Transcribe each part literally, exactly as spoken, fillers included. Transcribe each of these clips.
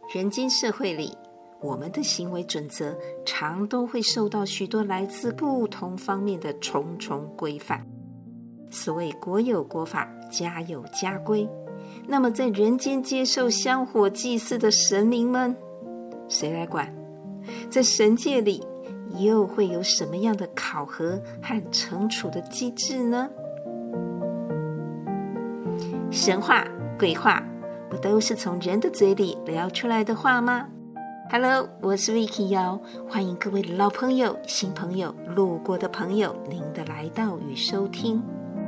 人间社会里，我们的行为准则常都会受到许多来自不同方面的重重规范。所谓国有国法，家有家规，那么在人间接受香火祭祀的神明们，谁来管？在神界里又会有什么样的考核和惩处的机制呢？神话、鬼话，不都是从人的嘴里聊出来的话吗？ Hello， 我是 Vicky 姚，欢迎各位老朋友、新朋友、路过的朋友，您的来到与收听。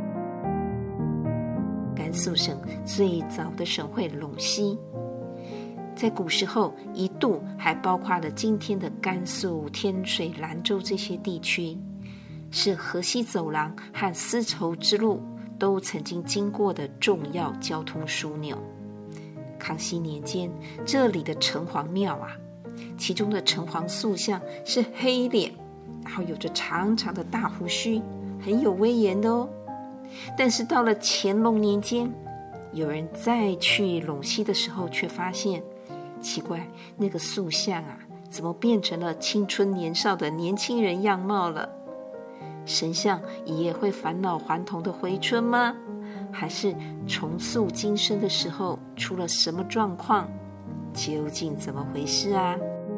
甘肃省最早的省会陇西，在古时候一度还包括了今天的甘肃、天水、兰州这些地区，是河西走廊和丝绸之路都曾经经过的重要交通枢纽。康熙年间，这里的城隍庙啊，其中的城隍塑像是黑脸，然后有着长长的大胡须，很有威严的哦。但是到了乾隆年间，有人再去陇西的时候，却发现奇怪，那个塑像啊，怎么变成了青春年少的年轻人样貌了？神像也会返老还童的回春吗？还是重塑金身的时候出了什么状况？究竟怎么回事啊？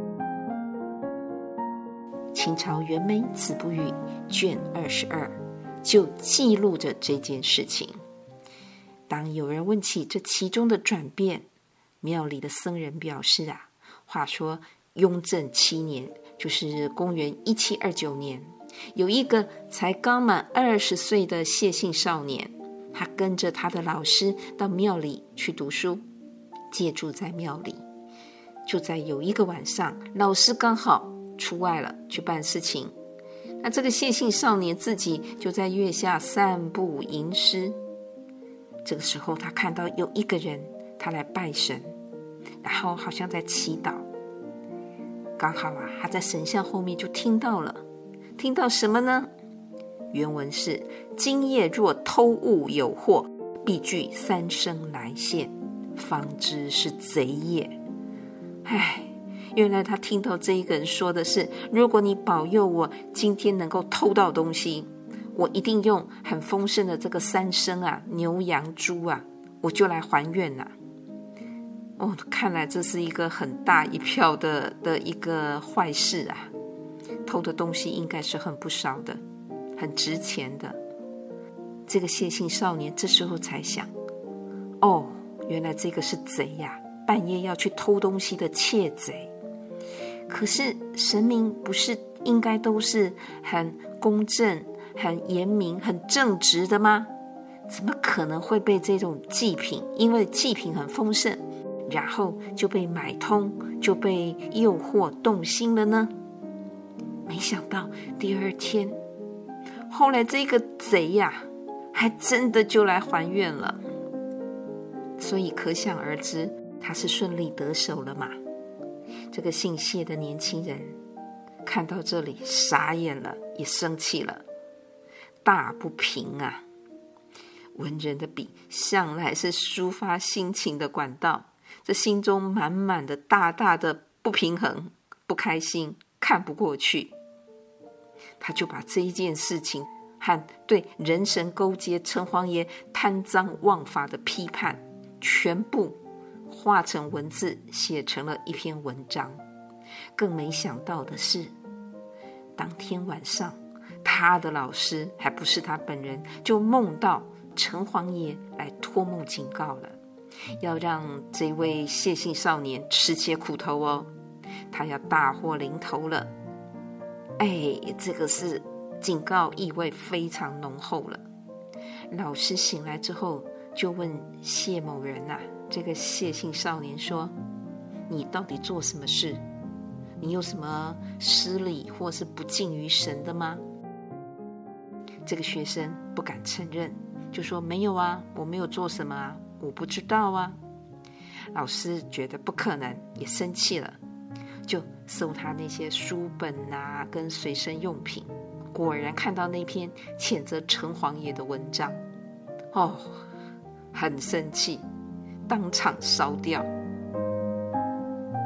清朝元梅《子不语》卷二十二就记录着这件事情。当有人问起这其中的转变，庙里的僧人表示啊，话说雍正七年，就是公元一七二九年，有一个才刚满二十岁的谢姓少年，他跟着他的老师到庙里去读书，借住在庙里。就在有一个晚上，老师刚好出外了去办事情，那这个谢姓少年自己就在月下散步吟诗。这个时候他看到有一个人，他来拜神，然后好像在祈祷。刚好啊，他在神像后面就听到了，听到什么呢？原文是：今夜若偷物有祸，必具三声来现，方知是贼也。唉，原来他听到这一个人说的是，如果你保佑我今天能够偷到东西，我一定用很丰盛的这个三牲啊，牛羊猪啊，我就来还愿啊。哦，看来这是一个很大一票的的一个坏事啊，偷的东西应该是很不少的，很值钱的。这个谢姓少年这时候才想，哦，原来这个是贼呀、啊，半夜要去偷东西的窃贼。可是神明不是应该都是很公正、很严明、很正直的吗？怎么可能会被这种祭品，因为祭品很丰盛，然后就被买通，就被诱惑动心了呢？没想到第二天，后来这个贼呀、啊，还真的就来还愿了。所以可想而知，他是顺利得手了嘛。这个姓谢的年轻人看到这里傻眼了，也生气了，大不平啊！文人的笔向来是抒发心情的管道，这心中满满的大大的不平衡、不开心、看不过去，他就把这一件事情和对人神勾结、城隍爷贪赃枉法的批判，全部化成文字，写成了一篇文章。更没想到的是，当天晚上，他的老师还不是他本人，就梦到城隍爷来托梦警告了，要让这位谢姓少年吃些苦头哦，他要大祸临头了。哎，这个是警告意味非常浓厚了。老师醒来之后就问谢某人啊，这个谢姓少年说，你到底做什么事？你有什么失礼或是不敬于神的吗？这个学生不敢承认，就说没有啊，我没有做什么啊，我不知道啊。老师觉得不可能，也生气了，就搜他那些书本啊跟随身用品，果然看到那篇谴责城隍爷的文章，哦，很生气，当场烧掉。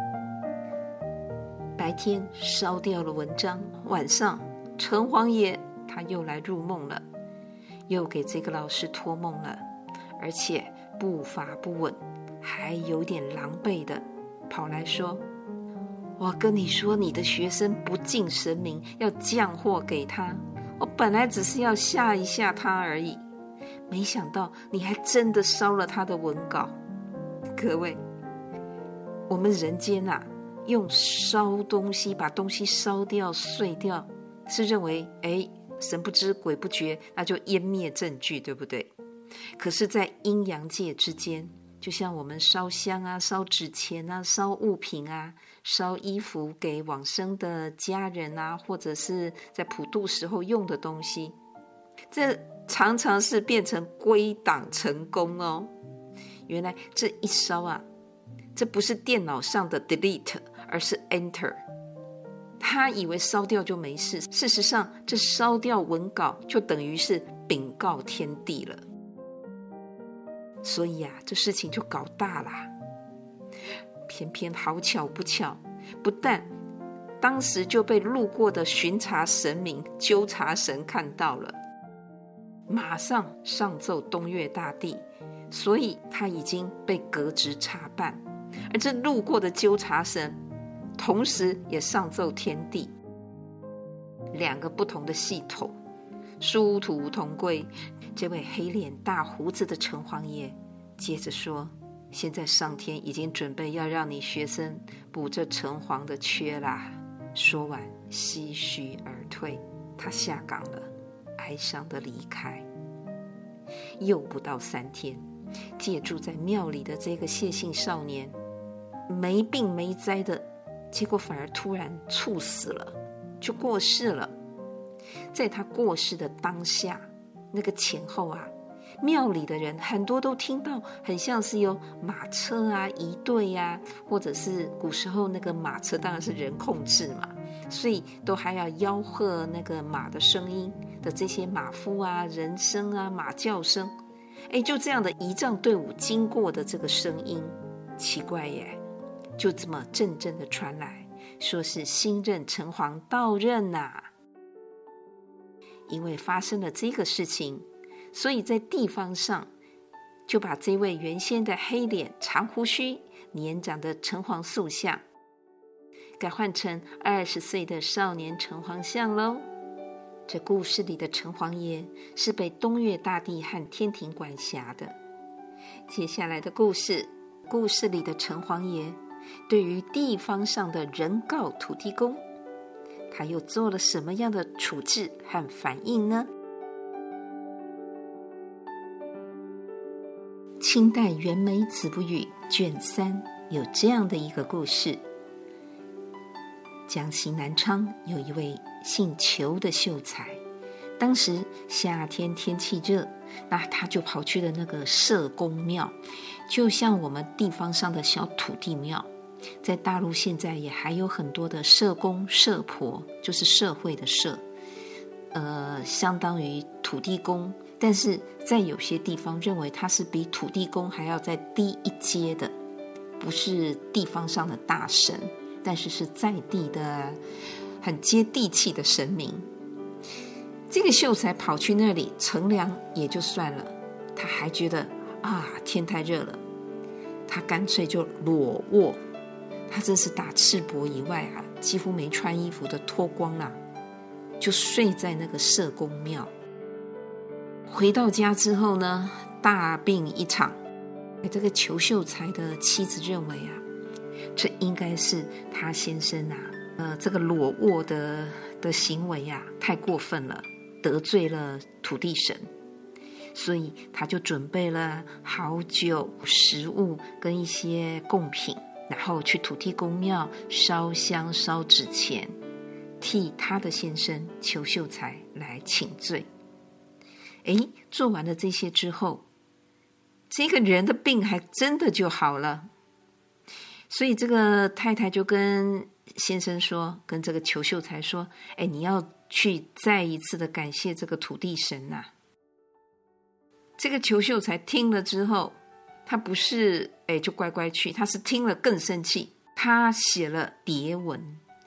白天烧掉了文章，晚上城隍爷他又来入梦了，又给这个老师托梦了，而且步伐不稳，还有点狼狈的跑来说，我跟你说你的学生不敬神明，要降祸给他，我本来只是要吓一吓他而已，没想到你还真的烧了他的文稿。各位，我们人间啊，用烧东西把东西烧掉碎掉，是认为哎，神不知鬼不觉，那就湮灭证据，对不对？可是在阴阳界之间，就像我们烧香啊，烧纸钱啊，烧物品啊，烧衣服给往生的家人啊，或者是在普渡时候用的东西，这常常是变成归档成功哦。原来这一烧啊，这不是电脑上的 delete， 而是 enter。 他以为烧掉就没事，事实上这烧掉文稿就等于是禀告天地了。所以啊，这事情就搞大啦。偏偏好巧不巧，不但当时就被路过的巡查神明纠察神看到了，马上上奏东岳大帝，所以他已经被革职查办。而这路过的纠察神同时也上奏天地，两个不同的系统，殊途同归。这位黑脸大胡子的城隍爷接着说，现在上天已经准备要让你学生补这城隍的缺啦。说完唏嘘而退，他下岗了，哀伤的离开。又不到三天，借住在庙里的这个谢姓少年没病没灾的，结果反而突然猝死了，就过世了。在他过世的当下，那个前后啊，庙里的人很多都听到很像是有马车啊仪队啊，或者是古时候那个马车当然是人控制嘛，所以都还要吆喝那个马的声音的这些马夫啊、人声啊、马叫声。哎，就这样的仪仗队伍经过的这个声音，奇怪耶，就这么阵阵的传来，说是新任城隍到任啊。因为发生了这个事情，所以在地方上就把这位原先的黑脸长胡须年长的城隍塑像改换成二十岁的少年城隍像咯。这故事里的城隍爷是被东岳大帝和天庭管辖的。接下来的故事，故事里的城隍爷对于地方上的人告土地公，他又做了什么样的处置和反应呢？清代袁枚子不语卷三有这样的一个故事。江西南昌有一位姓裘的秀才，当时夏天天气热，那他就跑去了那个社公庙，就像我们地方上的小土地庙。在大陆现在也还有很多的社公社婆，就是社会的社，呃，相当于土地公，但是在有些地方认为他是比土地公还要再低一阶的，不是地方上的大神，但是是在地的很接地气的神明。这个秀才跑去那里乘凉也就算了，他还觉得啊天太热了，他干脆就裸卧，他真是打赤膊以外啊，几乎没穿衣服的脱光了，就睡在那个社公庙。回到家之后呢，大病一场。这个裘秀才的妻子认为啊，这应该是他先生啊，呃，这个裸卧的的行为啊，太过分了，得罪了土地神，所以他就准备了好酒、食物跟一些贡品，然后去土地公庙烧香烧纸钱，替他的先生裘秀才来请罪。诶，做完了这些之后，这个人的病还真的就好了。所以这个太太就跟先生说，跟这个裘秀才说，诶，你要去再一次的感谢这个土地神啊。这个裘秀才听了之后，他不是诶就乖乖去，他是听了更生气，他写了牒文，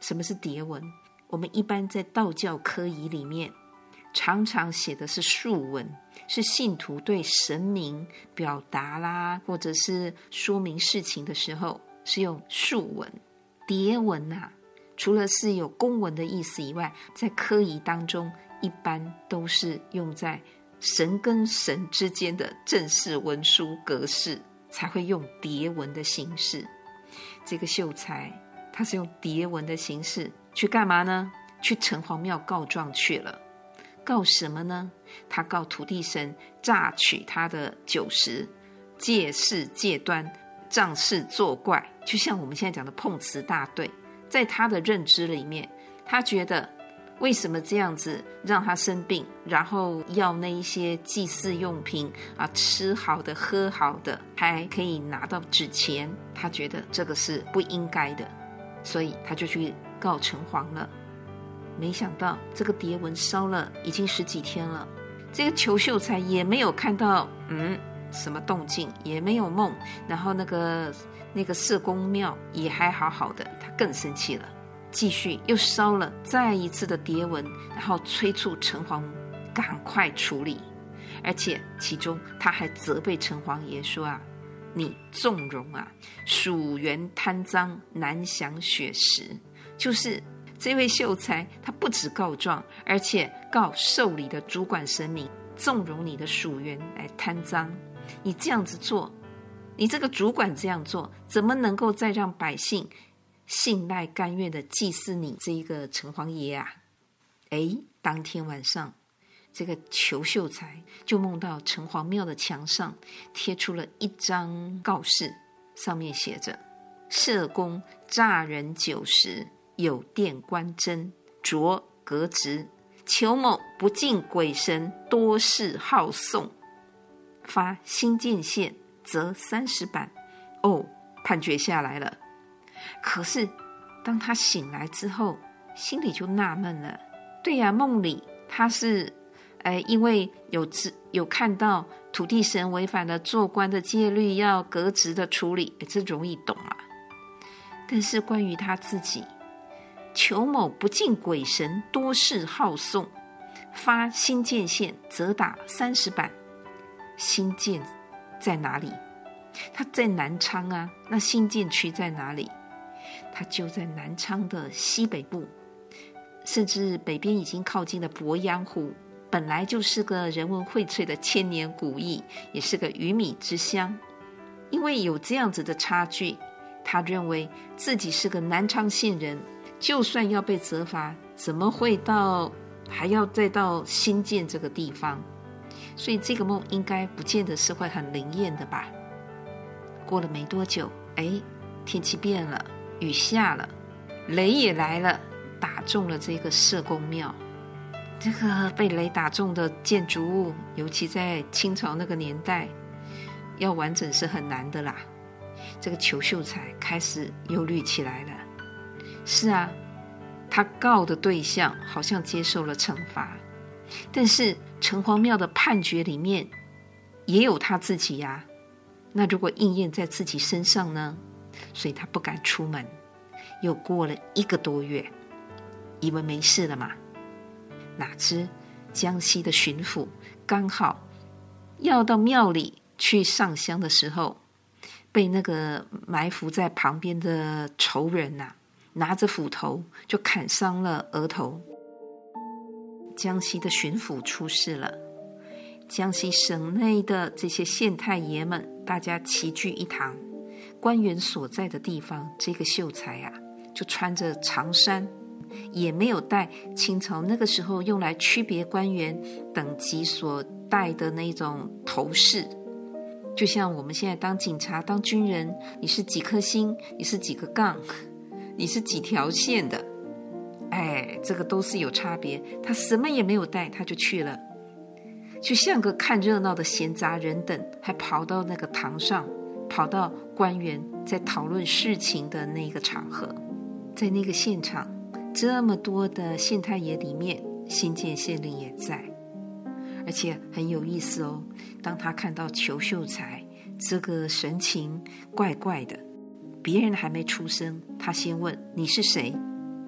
什么是牒文？我们一般在道教科仪里面常常写的是述文，是信徒对神明表达啦，或者是说明事情的时候是用述文。牒文啊，除了是有公文的意思以外，在科仪当中一般都是用在神跟神之间的正式文书格式，才会用牒文的形式。这个秀才他是用牒文的形式去干嘛呢？去城隍庙告状去了。告什么呢？他告土地神榨取他的酒食，借势借端，仗势作怪，就像我们现在讲的碰瓷大队。在他的认知里面，他觉得为什么这样子让他生病，然后要那一些祭祀用品啊，吃好的喝好的，还可以拿到纸钱，他觉得这个是不应该的，所以他就去告城隍了。没想到这个牒文烧了已经十几天了，这个裘秀才也没有看到嗯什么动静，也没有梦，然后那个那个社公庙也还好好的，他更生气了，继续又烧了再一次的牒文，然后催促城隍赶快处理。而且其中他还责备城隍爷说啊，你纵容啊，属员贪赃，难享血食。就是这位秀才他不止告状，而且告受理的主管神明纵容你的属员来贪赃。你这样子做，你这个主管这样做，怎么能够再让百姓信赖甘愿的祭祀你这一个城隍爷啊？哎，当天晚上这个裘秀才就梦到城隍庙的墙上贴出了一张告示，上面写着：社公诈人酒食，有电官真，着革职。裘某不敬鬼神，多事好讼，罚新建县责三十板。哦，判决下来了。可是当他醒来之后，心里就纳闷了。对呀、啊，梦里他是呃，因为有有看到土地神违反了做官的戒律，要革职的处理，这容易懂啊。但是关于他自己，裘某不敬鬼神，多事好讼，发新建县责打三十板。新建在哪里？他在南昌啊，那新建区在哪里？他就在南昌的西北部，甚至北边已经靠近了鄱阳湖，本来就是个人文荟萃的千年古邑，也是个鱼米之乡。因为有这样子的差距，他认为自己是个南昌县人，就算要被责罚，怎么会到还要再到新建这个地方？所以这个梦应该不见得是会很灵验的吧。过了没多久，哎，天气变了，雨下了，雷也来了，打中了这个社公庙。这个被雷打中的建筑物，尤其在清朝那个年代，要完整是很难的啦。这个裘秀才开始忧虑起来了。是啊，他告的对象好像接受了惩罚，但是城隍庙的判决里面也有他自己呀、啊。那如果应验在自己身上呢？所以他不敢出门。又过了一个多月，以为没事了嘛，哪知江西的巡抚刚好要到庙里去上香的时候，被那个埋伏在旁边的仇人啊，拿着斧头就砍伤了额头。江西的巡抚出事了，江西省内的这些县太爷们大家齐聚一堂，官员所在的地方，这个秀才啊就穿着长衫，也没有戴清朝那个时候用来区别官员等级所戴的那种头饰，就像我们现在当警察当军人，你是几颗星，你是几个杠，你是几条线的，哎，这个都是有差别。他什么也没有带，他就去了，就像个看热闹的闲杂人等，还跑到那个堂上，跑到官员在讨论事情的那个场合。在那个现场，这么多的县太爷里面，新建县令也在。而且很有意思哦，当他看到裘秀才这个神情怪怪的，别人还没出声，他先问你是谁？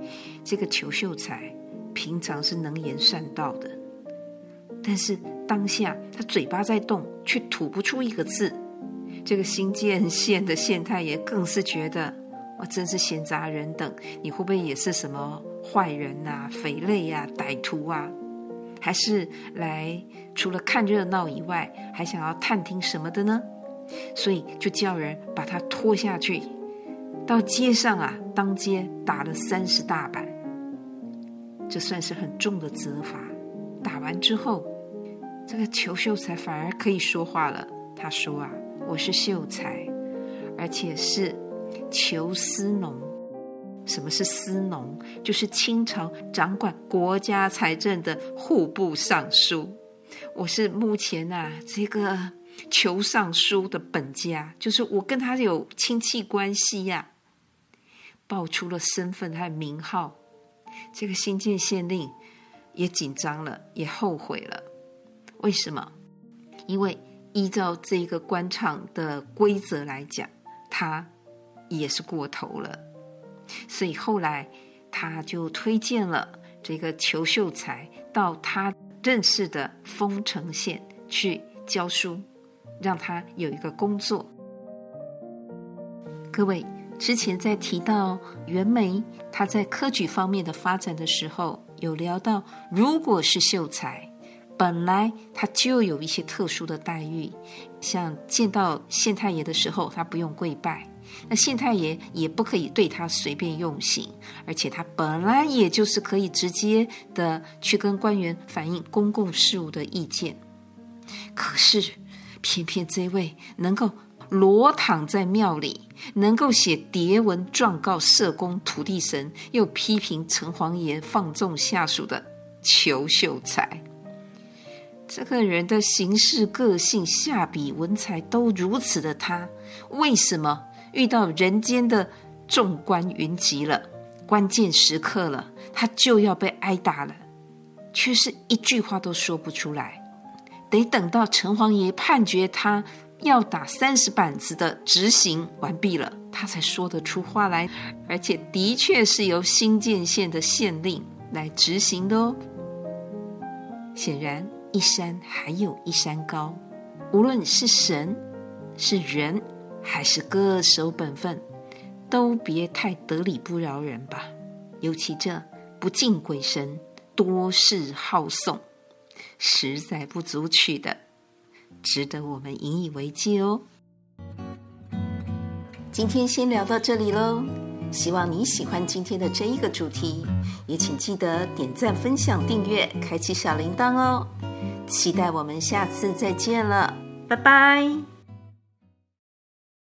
这个裘秀才平常是能言善道的，但是当下他嘴巴在动，却吐不出一个字。这个新建县的县太爷更是觉得，哇，真是闲杂人等，你会不会也是什么坏人啊、匪类啊、歹徒啊？还是来除了看热闹以外，还想要探听什么的呢？所以就叫人把他拖下去，到街上啊，当街打了三十大板。这算是很重的责罚。打完之后，这个裘秀才反而可以说话了。他说啊，我是秀才，而且是裘司农。什么是司农？就是清朝掌管国家财政的户部尚书。我是目前啊这个裘尚书的本家，就是我跟他有亲戚关系呀、啊。报出了身份和名号，这个新建县令也紧张了，也后悔了。为什么？因为依照这个官场的规则来讲，他也是过头了。所以后来他就推荐了这个裘秀才到他认识的丰城县去教书，让他有一个工作。各位，之前在提到袁枚他在科举方面的发展的时候，有聊到如果是秀才，本来他就有一些特殊的待遇，像见到县太爷的时候他不用跪拜，那县太爷也不可以对他随便用刑，而且他本来也就是可以直接的去跟官员反映公共事务的意见。可是偏偏这位能够裸躺在庙里，能够写牒文状告社公土地神，又批评城隍爷放纵下属的裘秀才，这个人的行事个性下笔文采都如此的他，为什么遇到人间的众官云集了，关键时刻了，他就要被挨打了，却是一句话都说不出来？得等到城隍爷判决他要打三十板子的执行完毕了，他才说得出话来，而且的确是由新建县的县令来执行的哦。显然一山还有一山高，无论是神是人还是各守本分，都别太得理不饶人吧。尤其这不敬鬼神，多事好讼，实在不足取的，值得我们引以为戒哦。今天先聊到这里咯，希望你喜欢今天的这一个主题，也请记得点赞、分享、订阅，开启小铃铛哦。期待我们下次再见了，拜拜。